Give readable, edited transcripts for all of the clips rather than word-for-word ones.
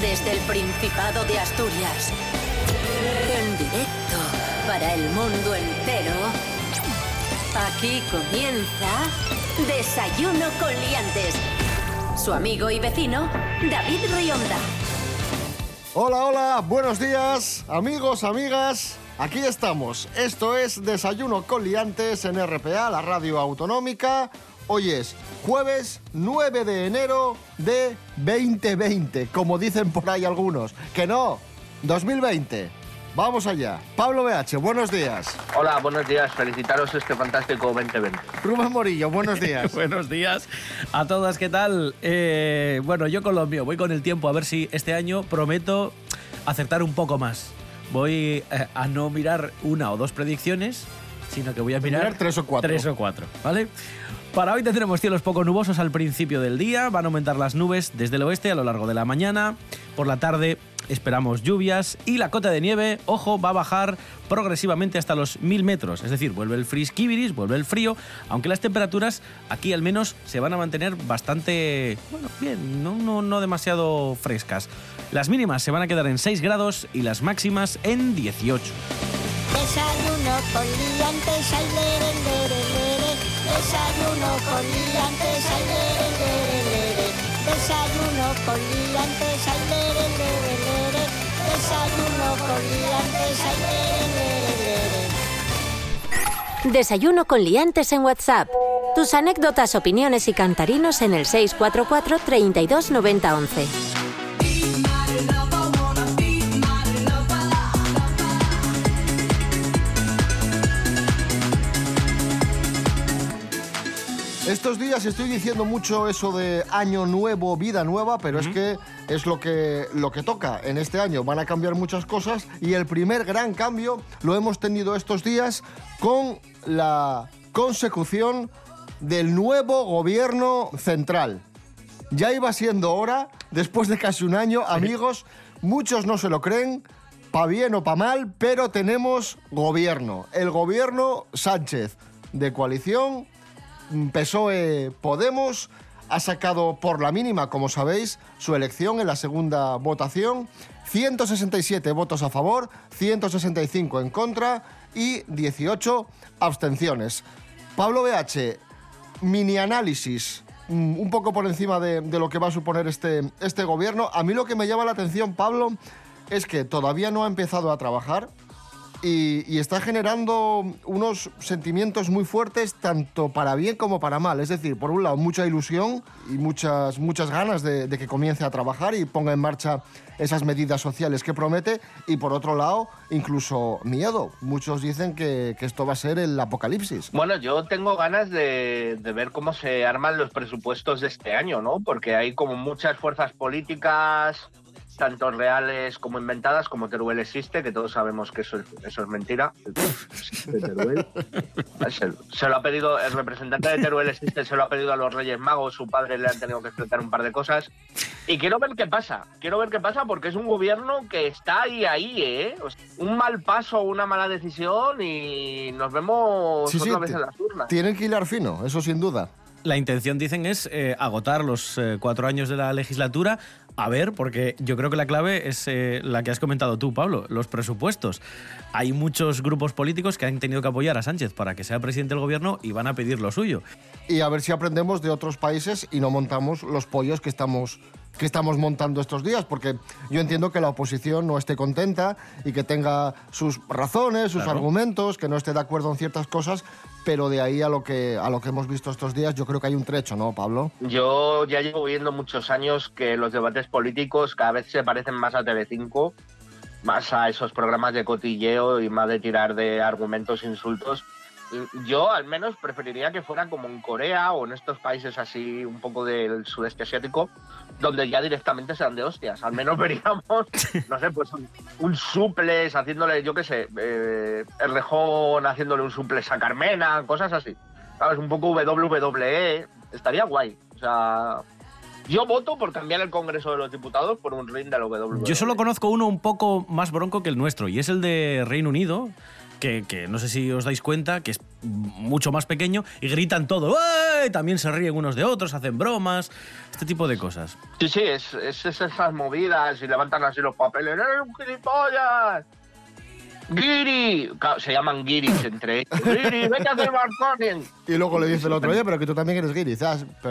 desde el Principado de Asturias, en directo para el mundo entero, aquí comienza Desayuno con Liantes. Su amigo y vecino, David Rionda. Hola, hola, buenos días, amigos, amigas. Aquí estamos. Esto es Desayuno con Liantes en RPA, la radio autonómica. Hoy es jueves 9 de enero de 2020, como dicen por ahí algunos. Que no, 2020. Vamos allá. Pablo BH, buenos días. Hola, buenos días. Felicitaros este fantástico 2020. Rubén Morillo, buenos días. Buenos días a todas, ¿qué tal? Bueno, yo con lo mío, voy con el tiempo a ver si este año prometo acertar un poco más. Voy a no mirar una o dos predicciones, sino que voy a mirar tres o cuatro. Tres o cuatro, ¿vale? Para hoy tendremos cielos poco nubosos al principio del día, van a aumentar las nubes desde el oeste a lo largo de la mañana, por la tarde esperamos lluvias y la cota de nieve, ojo, va a bajar progresivamente hasta los 1000 metros, es decir, vuelve el frisquibiris, vuelve el frío, aunque las temperaturas aquí al menos se van a mantener bastante, bueno, bien, no demasiado frescas. Las mínimas se van a quedar en 6 grados y las máximas en 18. Desayuno con liantes, ay, lere, lere, lere. Desayuno con liantes, ay, lere, lere, lere. Desayuno con liantes, ay, lere, lere, lere. Desayuno con liantes, ay, lere, lere, lere. Desayuno con Liantes en WhatsApp. Tus anécdotas, opiniones y cantarinos en el 644 32 90 11. Estos días estoy diciendo mucho eso de año nuevo, vida nueva, pero es que es lo que toca en este año. Van a cambiar muchas cosas y el primer gran cambio lo hemos tenido estos días con la consecución del nuevo gobierno central. Ya iba siendo hora, después de casi un año, amigos, muchos no se lo creen, pa' bien o pa' mal, pero tenemos gobierno. El gobierno Sánchez, de coalición PSOE Podemos, ha sacado por la mínima, como sabéis, su elección en la segunda votación. 167 votos a favor, 165 en contra y 18 abstenciones. Pablo BH, mini análisis, un poco por encima de lo que va a suponer este gobierno. A mí lo que me llama la atención, Pablo, es que todavía no ha empezado a trabajar. Y está generando unos sentimientos muy fuertes, tanto para bien como para mal. Es decir, por un lado, mucha ilusión y muchas ganas de que comience a trabajar y ponga en marcha esas medidas sociales que promete. Y por otro lado, incluso miedo. Muchos dicen que esto va a ser el apocalipsis. Bueno, yo tengo ganas de ver cómo se arman los presupuestos de este año, ¿no? Porque hay como muchas fuerzas políticas, tanto reales como inventadas, como Teruel existe, que todos sabemos que eso es mentira. Teruel. Se lo ha pedido, el representante de Teruel existe, se lo ha pedido a los Reyes Magos, su padre le han tenido que explicar un par de cosas. Y quiero ver qué pasa porque es un gobierno que está ahí, ¿eh? O sea, un mal paso, una mala decisión y nos vemos otra vez en las urnas. Tienen que hilar fino, eso sin duda. La intención, dicen, es agotar los 4 años de la legislatura. A ver, porque yo creo que la clave es la que has comentado tú, Pablo, los presupuestos. Hay muchos grupos políticos que han tenido que apoyar a Sánchez para que sea presidente del gobierno y van a pedir lo suyo. Y a ver si aprendemos de otros países y no montamos los pollos que estamos montando estos días, porque yo entiendo que la oposición no esté contenta y que tenga sus razones, sus argumentos, que no esté de acuerdo en ciertas cosas, pero de ahí a lo que hemos visto estos días yo creo que hay un trecho, ¿no, Pablo? Yo ya llevo viendo muchos años que los debates políticos cada vez se parecen más a Telecinco, más a esos programas de cotilleo y más de tirar de argumentos, insultos. Yo al menos preferiría que fuera como en Corea o en estos países así un poco del sudeste asiático, donde ya directamente se dan de hostias. Al menos veríamos, no sé, pues un suples haciéndole, yo qué sé, el Rejón haciéndole un suples a Carmena, cosas así. ¿Sabes? Un poco WWE, estaría guay. O sea, yo voto por cambiar el Congreso de los Diputados por un ring de la WWE. Yo solo conozco uno un poco más bronco que el nuestro, y es el de Reino Unido, que no sé si os dais cuenta, que es mucho más pequeño y gritan todo. ¡Ey! También se ríen unos de otros, hacen bromas, este tipo de cosas. Sí, sí, es esas movidas y levantan así los papeles. ¡Eres un gilipollas! ¡Guiri! Claro, se llaman guiris entre ellos. ¡Guiri, vete a hacer balconing! Y luego le dice el otro, oye, pero que tú también eres guiri.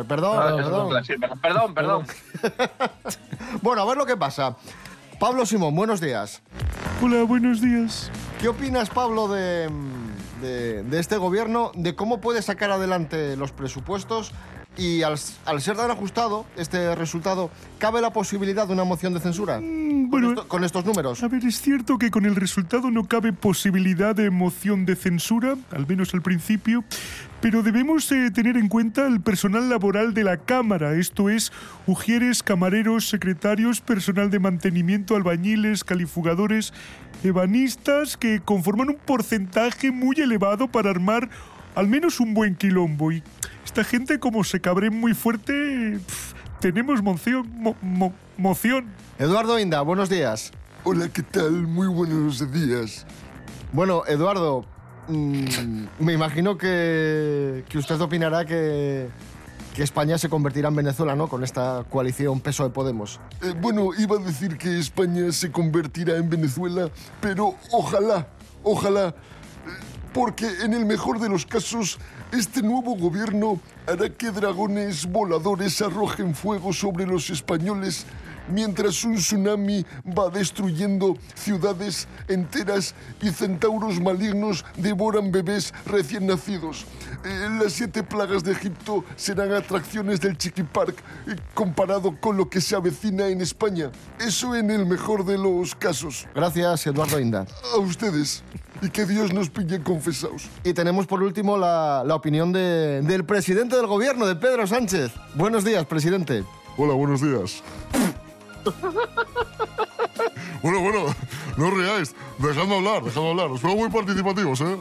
Perdón. Bueno, a ver lo que pasa. Pablo Simón, buenos días. Hola, buenos días. ¿Qué opinas, Pablo, de este gobierno, de cómo puede sacar adelante los presupuestos? Y al ser tan ajustado este resultado, ¿cabe la posibilidad de una moción de censura con estos números? A ver, es cierto que con el resultado no cabe posibilidad de moción de censura, al menos al principio, pero debemos tener en cuenta el personal laboral de la Cámara, esto es, ujieres, camareros, secretarios, personal de mantenimiento, albañiles, califugadores, ebanistas, que conforman un porcentaje muy elevado para armar al menos un buen quilombo. Y esta gente, como se cabreen muy fuerte, tenemos moción. Eduardo Inda, buenos días. Hola, ¿qué tal? Muy buenos días. Bueno, Eduardo, me imagino que usted opinará que España se convertirá en Venezuela, ¿no? Con esta coalición PSOE-Podemos. Bueno, iba a decir que España se convertirá en Venezuela, pero ojalá, porque en el mejor de los casos, este nuevo gobierno hará que dragones voladores arrojen fuego sobre los españoles mientras un tsunami va destruyendo ciudades enteras y centauros malignos devoran bebés recién nacidos. Las 7 plagas de Egipto serán atracciones del Chiqui Park comparado con lo que se avecina en España. Eso en el mejor de los casos. Gracias, Eduardo Inda. A ustedes. Y que Dios nos pille confesados. Y tenemos por último la opinión del presidente del gobierno, de Pedro Sánchez. Buenos días, presidente. Hola, buenos días. Bueno, no os riáis. Dejadme hablar. Os veo muy participativos, ¿eh?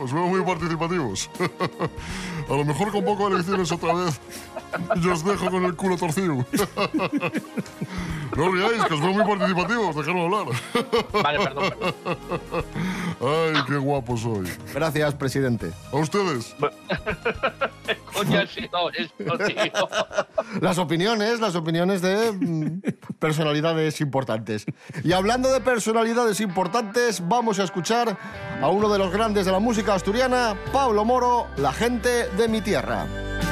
A lo mejor convoco elecciones otra vez y os dejo con el culo torcido. No os riáis, que os veo muy participativos. Dejadme hablar. Vale, perdón. Ay, qué guapo soy. Gracias, presidente. A ustedes. Coño, ha sido esto, tío. Las opiniones de personalidades importantes. Y hablando de personalidades importantes, vamos a escuchar a uno de los grandes de la música asturiana, Pablo Moro, La gente de mi tierra.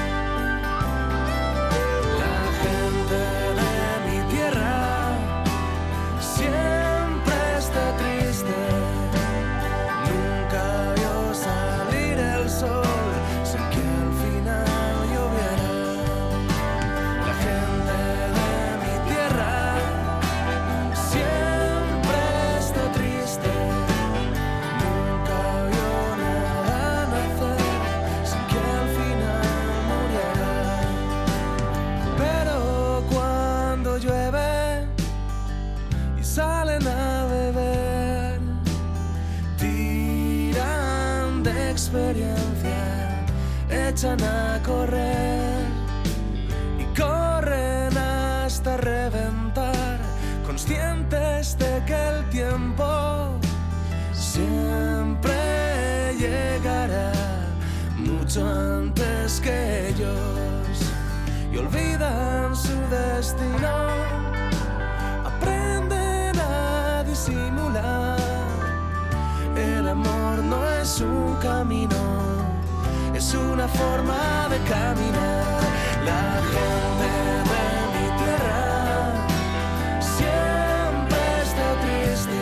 Echan a correr y corren hasta reventar, conscientes de que el tiempo siempre llegará mucho antes que ellos y olvidan su destino, aprenden a disimular. El amor no es un camino, es una forma de caminar. La gente de mi tierra siempre está triste,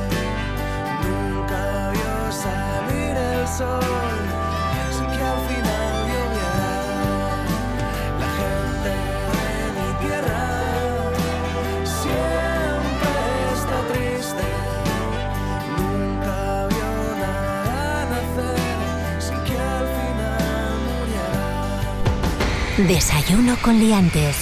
nunca vio salir el sol sin que al final lloviera. La gente de mi tierra siempre está triste, nunca vio nada nacer sin que al final. Desayuno con liantes.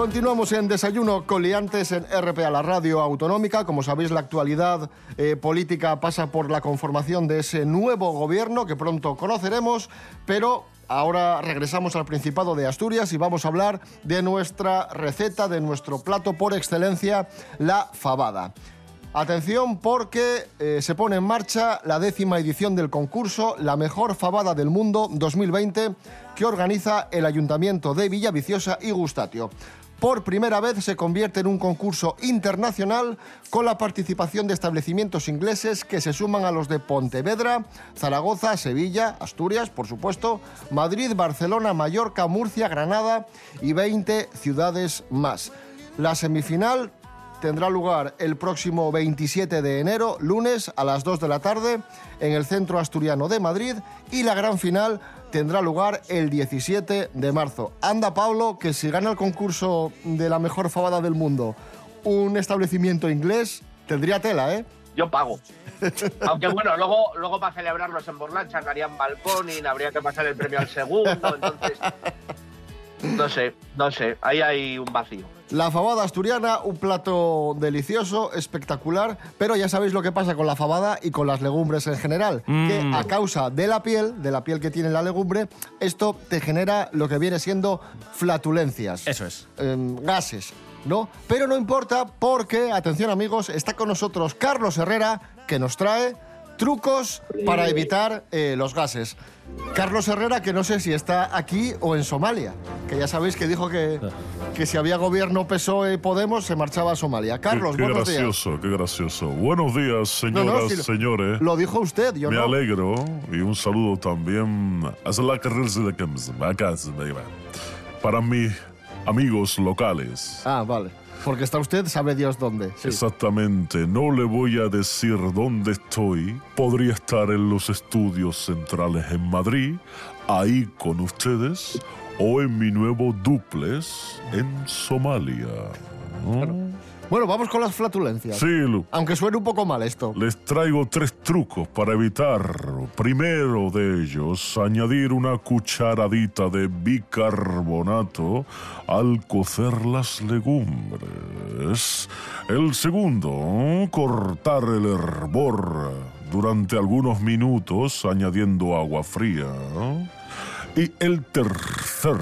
Continuamos en Desayuno con Liantes en RPA, la radio autonómica. Como sabéis, la actualidad política pasa por la conformación de ese nuevo gobierno que pronto conoceremos, pero ahora regresamos al Principado de Asturias y vamos a hablar de nuestra receta, de nuestro plato por excelencia, la fabada. Atención, porque se pone en marcha la 10ª edición del concurso La Mejor Fabada del Mundo 2020 que organiza el Ayuntamiento de Villaviciosa y Gustatio. Por primera vez se convierte en un concurso internacional con la participación de establecimientos ingleses que se suman a los de Pontevedra, Zaragoza, Sevilla, Asturias, por supuesto, Madrid, Barcelona, Mallorca, Murcia, Granada y 20 ciudades más. La semifinal tendrá lugar el próximo 27 de enero, lunes, a las 2 de la tarde, en el Centro Asturiano de Madrid, y la gran final tendrá lugar el 17 de marzo. Anda, Pablo, que si gana el concurso de la mejor fabada del mundo un establecimiento inglés, tendría tela, ¿eh? Yo pago. Aunque bueno, luego para celebrarlos en Borlancha harían balcón y habría que pasar el premio al segundo, entonces... No sé, ahí hay un vacío. La fabada asturiana, un plato delicioso, espectacular, pero ya sabéis lo que pasa con la fabada y con las legumbres en general, que a causa de la piel que tiene la legumbre, esto te genera lo que viene siendo flatulencias. Eso es. Gases, ¿no? Pero no importa porque, atención amigos, está con nosotros Carlos Herrera, que nos trae trucos para evitar los gases. Carlos Herrera, que no sé si está aquí o en Somalia, que ya sabéis que dijo que si había gobierno PSOE-Podemos se marchaba a Somalia. Carlos, buenos días. Qué gracioso. Buenos días, señoras, señores. Lo dijo usted, yo Me no. alegro y un saludo también para mis amigos locales. Ah, vale. Porque está usted, sabe Dios dónde. Sí. Exactamente. No le voy a decir dónde estoy. Podría estar en los estudios centrales en Madrid, ahí con ustedes, o en mi nuevo dúplex en Somalia. Bueno, vamos con las flatulencias. Sí, Lu. Aunque suene un poco mal esto. Les traigo 3 trucos para evitar. Primero de ellos, añadir una cucharadita de bicarbonato al cocer las legumbres. El segundo, cortar el hervor durante algunos minutos añadiendo agua fría. Y el tercer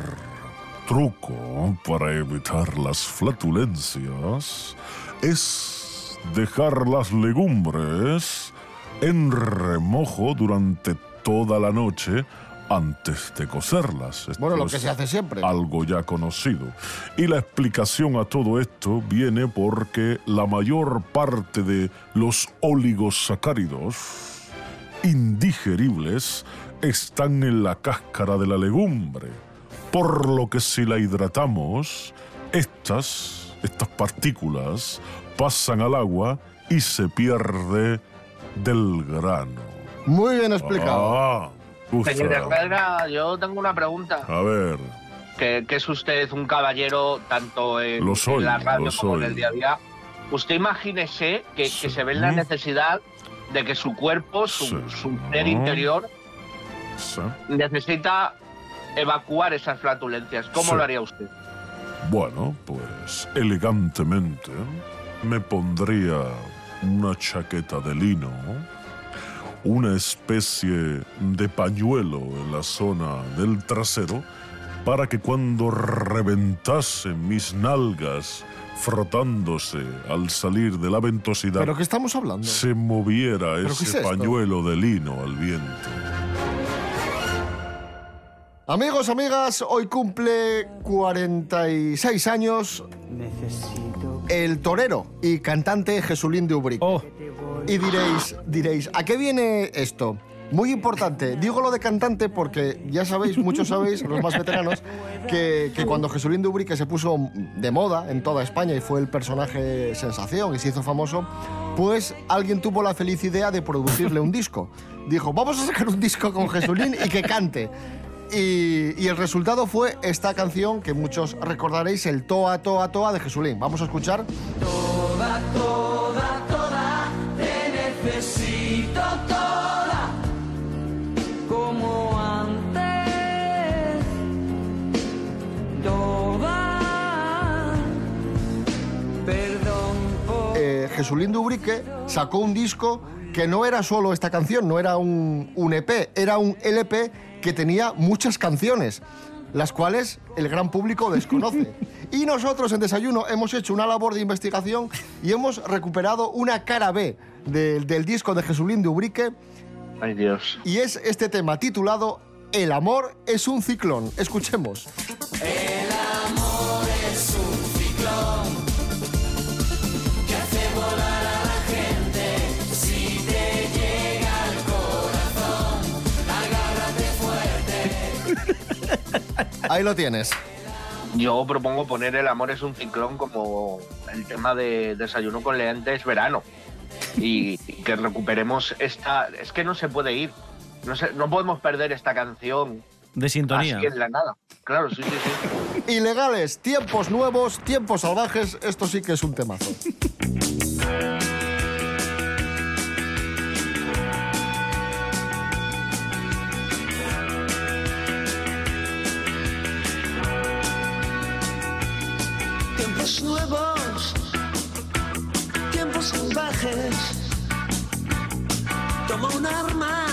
truco para evitar las flatulencias es dejar las legumbres en remojo durante toda la noche antes de cocerlas. Bueno, lo que se hace siempre. Algo ya conocido. Y la explicación a todo esto viene porque la mayor parte de los oligosacáridos indigeribles están en la cáscara de la legumbre. Por lo que si la hidratamos, estas partículas pasan al agua y se pierde del grano. Muy bien explicado. Señor Herrera, yo tengo una pregunta. A ver. Que es usted un caballero tanto en la radio como en el día a día. Usted imagínese que se ve la necesidad de que su cuerpo, su ser interior, necesita evacuar esas flatulencias. ¿Cómo lo haría usted? Bueno, pues elegantemente me pondría una chaqueta de lino, una especie de pañuelo en la zona del trasero para que cuando reventasen mis nalgas frotándose al salir de la ventosidad, ¿pero qué estamos hablando? Se moviera ese pañuelo de lino al viento. Amigos, amigas, hoy cumple 46 años el torero y cantante Jesulín de Ubrique. Y diréis, ¿a qué viene esto? Muy importante. Digo lo de cantante porque ya sabéis, muchos sabéis, los más veteranos, que cuando Jesulín de Ubrique se puso de moda en toda España y fue el personaje sensación y se hizo famoso, pues alguien tuvo la feliz idea de producirle un disco. Dijo, vamos a sacar un disco con Jesulín y que cante. Y el resultado fue esta canción que muchos recordaréis, el Toa, Toa, Toa de Jesulín. Vamos a escuchar. Toda, toda, toda, te necesito toda, como antes. Toda, Jesulín de Ubrique sacó un disco que no era solo esta canción, no era un EP, era un LP que tenía muchas canciones, las cuales el gran público desconoce. Y nosotros en Desayuno hemos hecho una labor de investigación y hemos recuperado una cara B del disco de Jesulín de Ubrique. Ay, Dios. Y es este tema titulado El amor es un ciclón. Escuchemos. El amor es un ciclón que hace volar a la gente. Si te llega al corazón, agárrate fuerte. Ahí lo tienes. Yo propongo poner El amor es un ciclón como el tema de Desayuno con Leantes verano. Y que recuperemos esta... Es que no se puede ir. No podemos perder esta canción. De sintonía. Así en la nada. Claro, sí, sí, sí. Ilegales, tiempos nuevos, tiempos salvajes. Esto sí que es un temazo. Tiempos nuevos, tiempos salvajes. Toma un arma,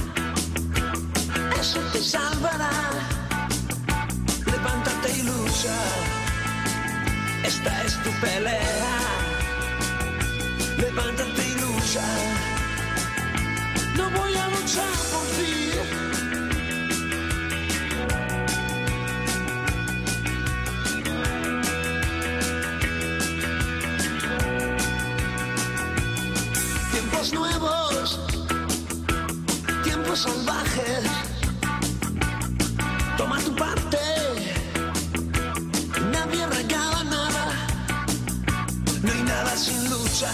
eso te salvará. Levántate y lucha, esta es tu pelea. Levántate y lucha, no voy a luchar por ti. Tiempos nuevos, tiempos salvajes. Toma tu parte, nadie regala nada. No hay nada sin lucha,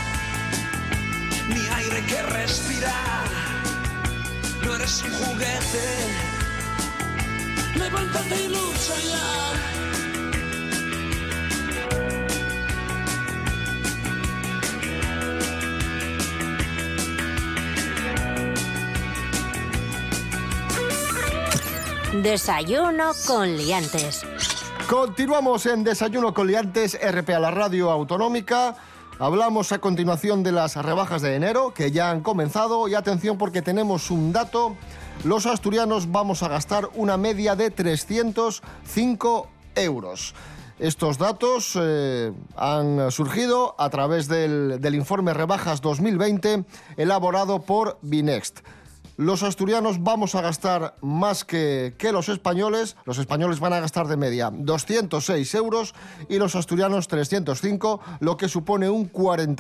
ni aire que respirar. No eres un juguete, levántate y lucha ya. Desayuno con liantes. Continuamos en Desayuno con Liantes, RPA, la radio autonómica. Hablamos a continuación de las rebajas de enero, que ya han comenzado. Y atención porque tenemos un dato. Los asturianos vamos a gastar una media de 305 euros. Estos datos han surgido a través del informe Rebajas 2020 elaborado por Binext. Los asturianos vamos a gastar más que los españoles. Los españoles van a gastar de media 206 euros y los asturianos 305, lo que supone un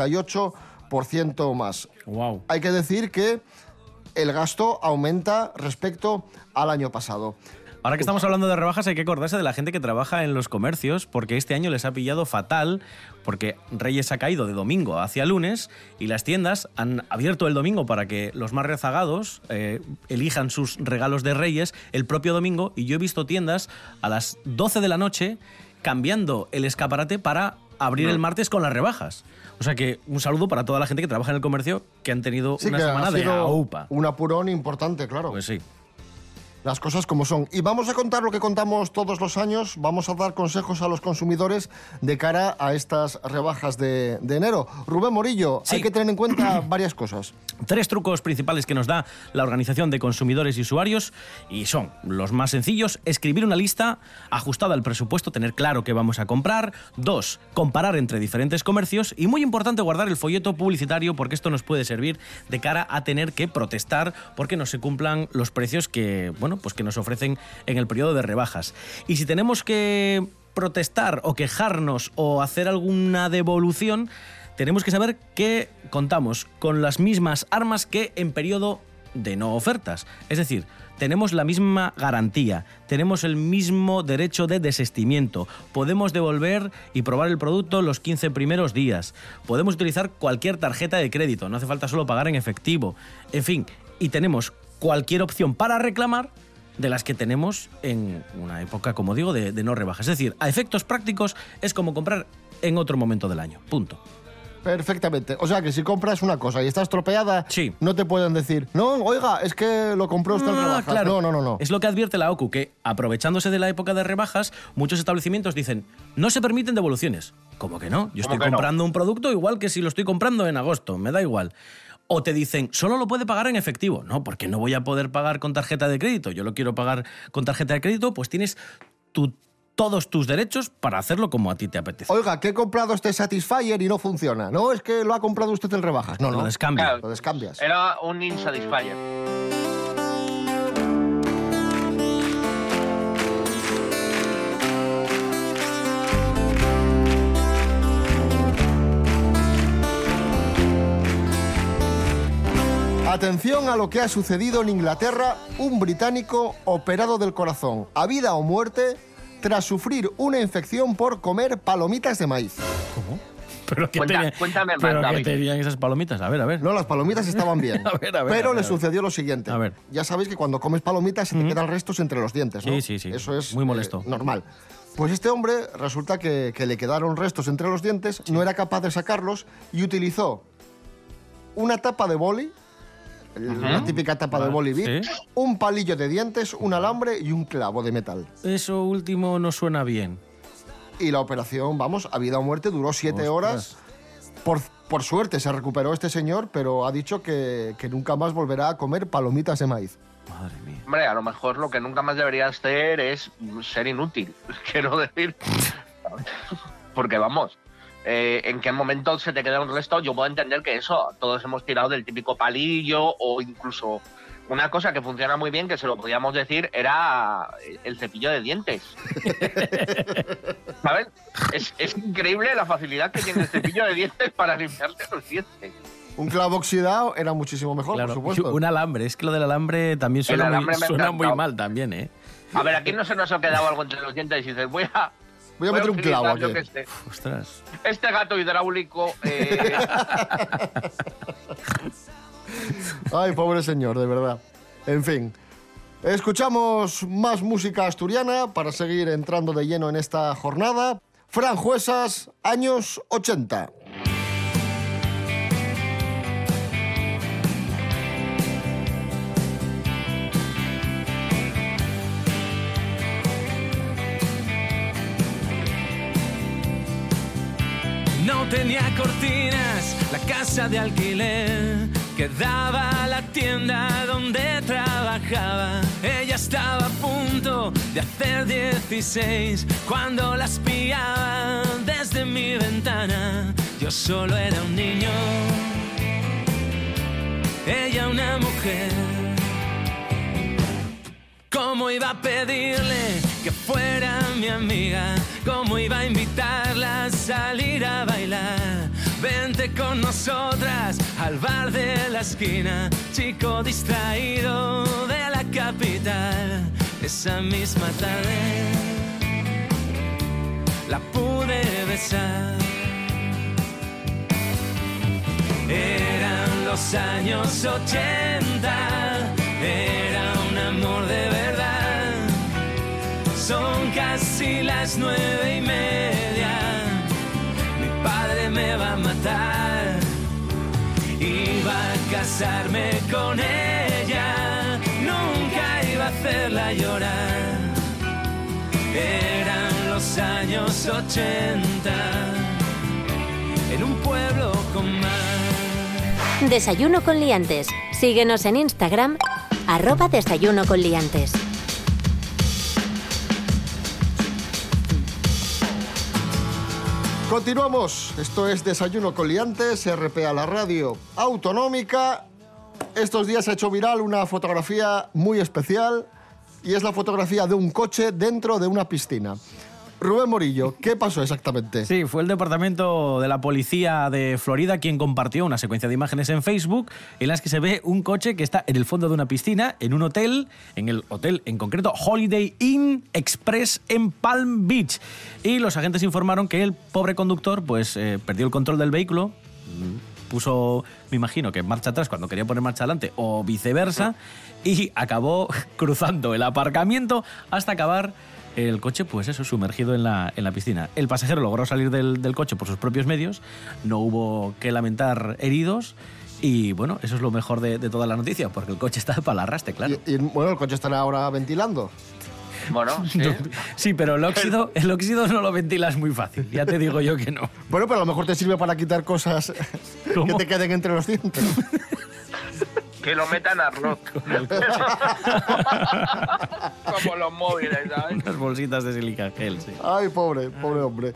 48% más. Wow. Hay que decir que el gasto aumenta respecto al año pasado. Ahora que estamos hablando de rebajas, hay que acordarse de la gente que trabaja en los comercios, porque este año les ha pillado fatal, porque Reyes ha caído de domingo hacia lunes y las tiendas han abierto el domingo para que los más rezagados elijan sus regalos de Reyes el propio domingo, y yo he visto tiendas a las 12 de la noche cambiando el escaparate para abrir el martes con las rebajas. O sea que un saludo para toda la gente que trabaja en el comercio, que han tenido una semana de aupa. Un apurón importante, claro. Pues sí. Las cosas como son. Y vamos a contar lo que contamos todos los años. Vamos a dar consejos a los consumidores de cara a estas rebajas de enero. Rubén Morillo, Sí. hay que tener en cuenta varias cosas. 3 trucos principales que nos da la Organización de Consumidores y Usuarios, y son los más sencillos: escribir una lista ajustada al presupuesto, tener claro qué vamos a comprar. 2, comparar entre diferentes comercios, y muy importante, guardar el folleto publicitario, porque esto nos puede servir de cara a tener que protestar porque no se cumplan los precios que, bueno, pues que nos ofrecen en el periodo de rebajas. Y si tenemos que protestar o quejarnos o hacer alguna devolución, tenemos que saber que contamos con las mismas armas que en periodo de no ofertas. Es decir, tenemos la misma garantía, tenemos el mismo derecho de desistimiento, podemos devolver y probar el producto los 15 primeros días, podemos utilizar cualquier tarjeta de crédito, no hace falta solo pagar en efectivo, en fin, y tenemos cualquier opción para reclamar de las que tenemos en una época, como digo, de no rebajas. Es decir, a efectos prácticos es como comprar en otro momento del año. Punto. Perfectamente. O sea que si compras una cosa y está estropeada, Sí. no te pueden decir, no, oiga, es que lo compró usted en rebajas. Claro. No. Es lo que advierte la OCU, que aprovechándose de la época de rebajas, muchos establecimientos dicen, no se permiten devoluciones. ¿Cómo que no? Yo estoy que no? comprando un producto igual que si lo estoy comprando en agosto, me da igual. O te dicen, solo lo puede pagar en efectivo. No, porque no voy a poder pagar con tarjeta de crédito. Yo lo quiero pagar con tarjeta de crédito, pues tienes todos tus derechos para hacerlo como a ti te apetece. Oiga, que he comprado este Satisfyer y no funciona. No, es que lo ha comprado usted en rebajas. No, Lo descambio. Claro. Lo descambias. Era un Insatisfyer. Atención a lo que ha sucedido en Inglaterra. Un británico operado del corazón a vida o muerte tras sufrir una infección por comer palomitas de maíz. ¿Pero qué Cuéntame más, ¿pero qué David. tenían esas palomitas? A ver. No, las palomitas estaban bien. A ver, pero le a ver. sucedió lo siguiente. A ver. Ya sabéis que cuando comes palomitas se te quedan restos entre los dientes, ¿no? Sí. Eso es Muy molesto. normal. Pues este hombre resulta que le quedaron restos entre los dientes, no era capaz de sacarlos y utilizó una tapa de boli, la típica tapa de boli Bic, Sí. un palillo de dientes, un alambre y un clavo de metal. Eso último no suena bien. Y la operación, vamos, a vida o muerte, duró 7 horas. Por suerte se recuperó este señor, pero ha dicho que nunca más volverá a comer palomitas de maíz. Madre mía. Hombre, a lo mejor lo que nunca más debería hacer es ser inútil, quiero decir. Porque vamos, ¿en qué momento se te queda un resto? Yo puedo entender que eso, todos hemos tirado del típico palillo o incluso una cosa que funciona muy bien, que se lo podíamos decir, era el cepillo de dientes. ¿Sabes? Es increíble la facilidad que tiene el cepillo de dientes para limpiarse los dientes. Un clavo oxidado era muchísimo mejor, Claro, por supuesto. un alambre. Es que lo del alambre también suena, alambre me ha suena muy encantado. mal también, ¿eh? A ver, aquí no se nos ha quedado algo entre los dientes y dices, voy a meter un utilizar, clavo yo aquí. qué sé, Ostras. este gato hidráulico. Ay, pobre señor, de verdad. En fin. Escuchamos más música asturiana para seguir entrando de lleno en esta jornada. Franjuesas, años 80. No tenía cortinas, la casa de alquiler que daba a la tienda donde trabajaba. Ella estaba a punto de hacer 16 cuando las pillaba desde mi ventana. Yo solo era un niño, ella una mujer. ¿Cómo iba a pedirle que fuera mi amiga? ¿Cómo iba a invitarla a salir a bailar? Vente con nosotras al bar de la esquina, chico distraído de la capital. Esa misma tarde la pude besar. Eran los años 80, era un amor de verdad. Son casi las 9:30. Mi padre me va a matar. Iba a casarme con ella, nunca iba a hacerla llorar. Eran los años 80, en un pueblo con mar. Desayuno con liantes. Síguenos en Instagram, @desayuno con liantes. Continuamos. Esto es Desayuno con Liantes, RPA, la radio autonómica. Estos días se ha hecho viral una fotografía muy especial y es la fotografía de un coche dentro de una piscina. Rubén Morillo, ¿qué pasó exactamente? Sí, fue el departamento de la policía de Florida quien compartió una secuencia de imágenes en Facebook en las que se ve un coche que está en el fondo de una piscina, en un hotel, en el hotel en concreto Holiday Inn Express en Palm Beach. Y los agentes informaron que el pobre conductor pues perdió el control del vehículo, puso, me imagino, que marcha atrás cuando quería poner marcha adelante o viceversa, y acabó cruzando el aparcamiento hasta acabar el coche, pues eso, sumergido en la piscina. El pasajero logró salir del coche por sus propios medios, no hubo que lamentar heridos. Y bueno, eso es lo mejor de toda la noticia, porque el coche está para el arrastre, claro. Y bueno, el coche estará ahora ventilando. Bueno, sí. Sí, pero el óxido no lo ventilas muy fácil, ya te digo yo que no. Bueno, pero a lo mejor te sirve para quitar cosas que te queden entre los dientes. Que lo metan a rock. Como los móviles, ¿sabes? Unas bolsitas de silica gel, sí. Ay, pobre hombre.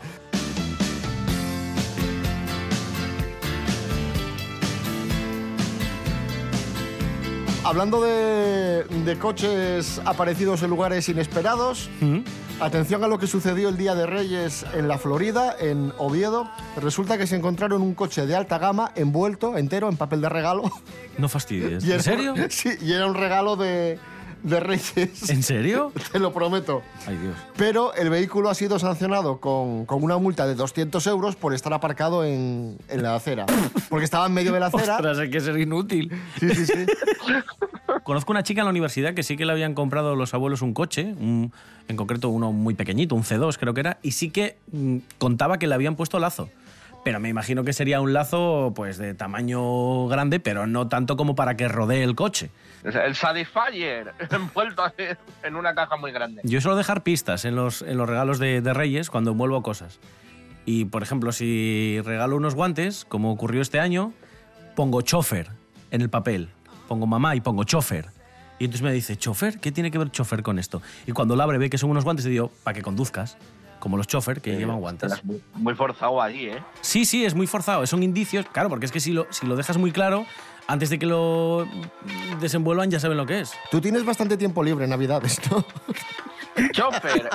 Hablando de coches aparecidos en lugares inesperados, atención a lo que sucedió el Día de Reyes en la Florida, en Oviedo. Resulta que se encontraron un coche de alta gama envuelto entero en papel de regalo. No fastidies. ¿En serio? Sí, y era un regalo de Reyes. ¿En serio? Te lo prometo. Ay, Dios. Pero el vehículo ha sido sancionado con una multa de 200 euros por estar aparcado en la acera. Porque estaba en medio de la acera. Ostras, hay que ser inútil. Sí. Conozco una chica en la universidad que sí que le habían comprado los abuelos un coche, en concreto uno muy pequeñito, un C2 creo que era, y sí que contaba que le habían puesto lazo. Pero me imagino que sería un lazo pues de tamaño grande, pero no tanto como para que rodee el coche. El Satisfyer envuelto en una caja muy grande. Yo suelo dejar pistas en los regalos de Reyes cuando envuelvo cosas. Y, por ejemplo, si regalo unos guantes, como ocurrió este año, pongo chofer en el papel. Pongo mamá y pongo chofer. Y entonces me dice, ¿chofer? ¿Qué tiene que ver chofer con esto? Y cuando lo abre ve que son unos guantes y digo, para que conduzcas. Como los chofer que llevan guantes. Muy forzado allí, ¿eh? Sí, es muy forzado. Son indicios. Claro, porque es que si lo dejas muy claro, antes de que lo desenvuelvan ya saben lo que es. Tú tienes bastante tiempo libre en Navidades, ¿no? Chofer.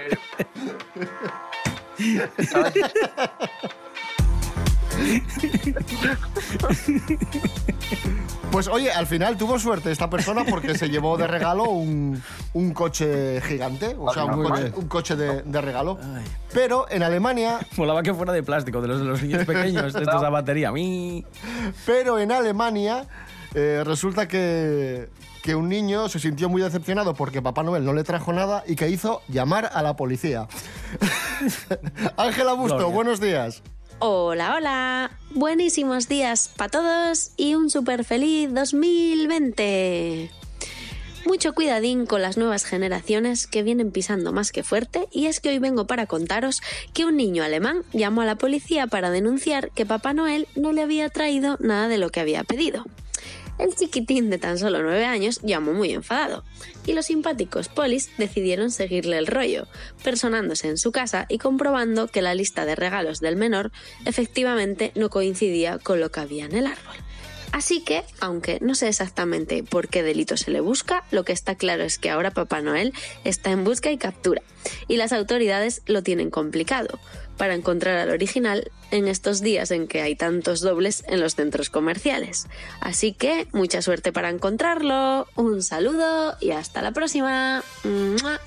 ¿Sabes? Pues oye, al final tuvo suerte esta persona porque se llevó de regalo un coche gigante, o sea, un coche de regalo. Ay. Pero en Alemania... Molaba que fuera de plástico, de los niños pequeños, de estos a batería. Pero en Alemania resulta que un niño se sintió muy decepcionado porque Papá Noel no le trajo nada y que hizo llamar a la policía. Ángela Busto, buenos días. Hola, buenísimos días para todos y un súper feliz 2020. Mucho cuidadín con las nuevas generaciones que vienen pisando más que fuerte, y es que hoy vengo para contaros que un niño alemán llamó a la policía para denunciar que Papá Noel no le había traído nada de lo que había pedido. El chiquitín de tan solo 9 años llamó muy enfadado, y los simpáticos polis decidieron seguirle el rollo, personándose en su casa y comprobando que la lista de regalos del menor efectivamente no coincidía con lo que había en el árbol. Así que, aunque no sé exactamente por qué delito se le busca, lo que está claro es que ahora Papá Noel está en busca y captura, y las autoridades lo tienen complicado para encontrar al original en estos días en que hay tantos dobles en los centros comerciales. Así que mucha suerte para encontrarlo, un saludo y hasta la próxima. ¡Mua!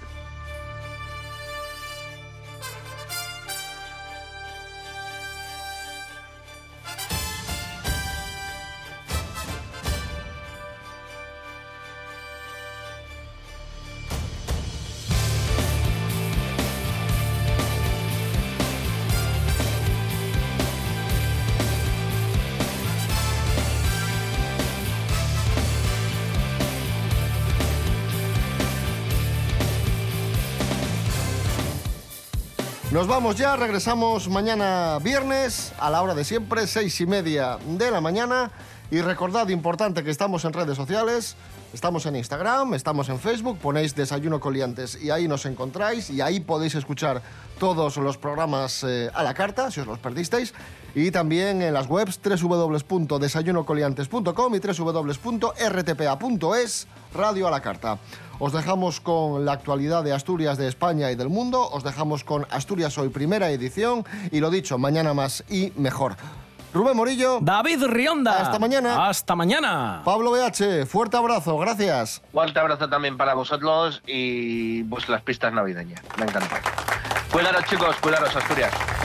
Nos vamos ya, regresamos mañana viernes a la hora de siempre, 6:30 de la mañana. Y recordad, importante, que estamos en redes sociales, estamos en Instagram, estamos en Facebook, ponéis Desayuno con Liantes y ahí nos encontráis y ahí podéis escuchar todos los programas a la carta, si os los perdisteis. Y también en las webs www.desayunocoliantes.com y www.rtpa.es, Radio a la Carta. Os dejamos con la actualidad de Asturias, de España y del mundo. Os dejamos con Asturias Hoy, primera edición. Y lo dicho, mañana más y mejor. Rubén Morillo. David Rionda. Hasta mañana. Hasta mañana. Pablo BH, fuerte abrazo, gracias. Fuerte abrazo también para vosotros y pues las pistas navideñas. Me encanta. Cuidaros, chicos, cuidaros, Asturias.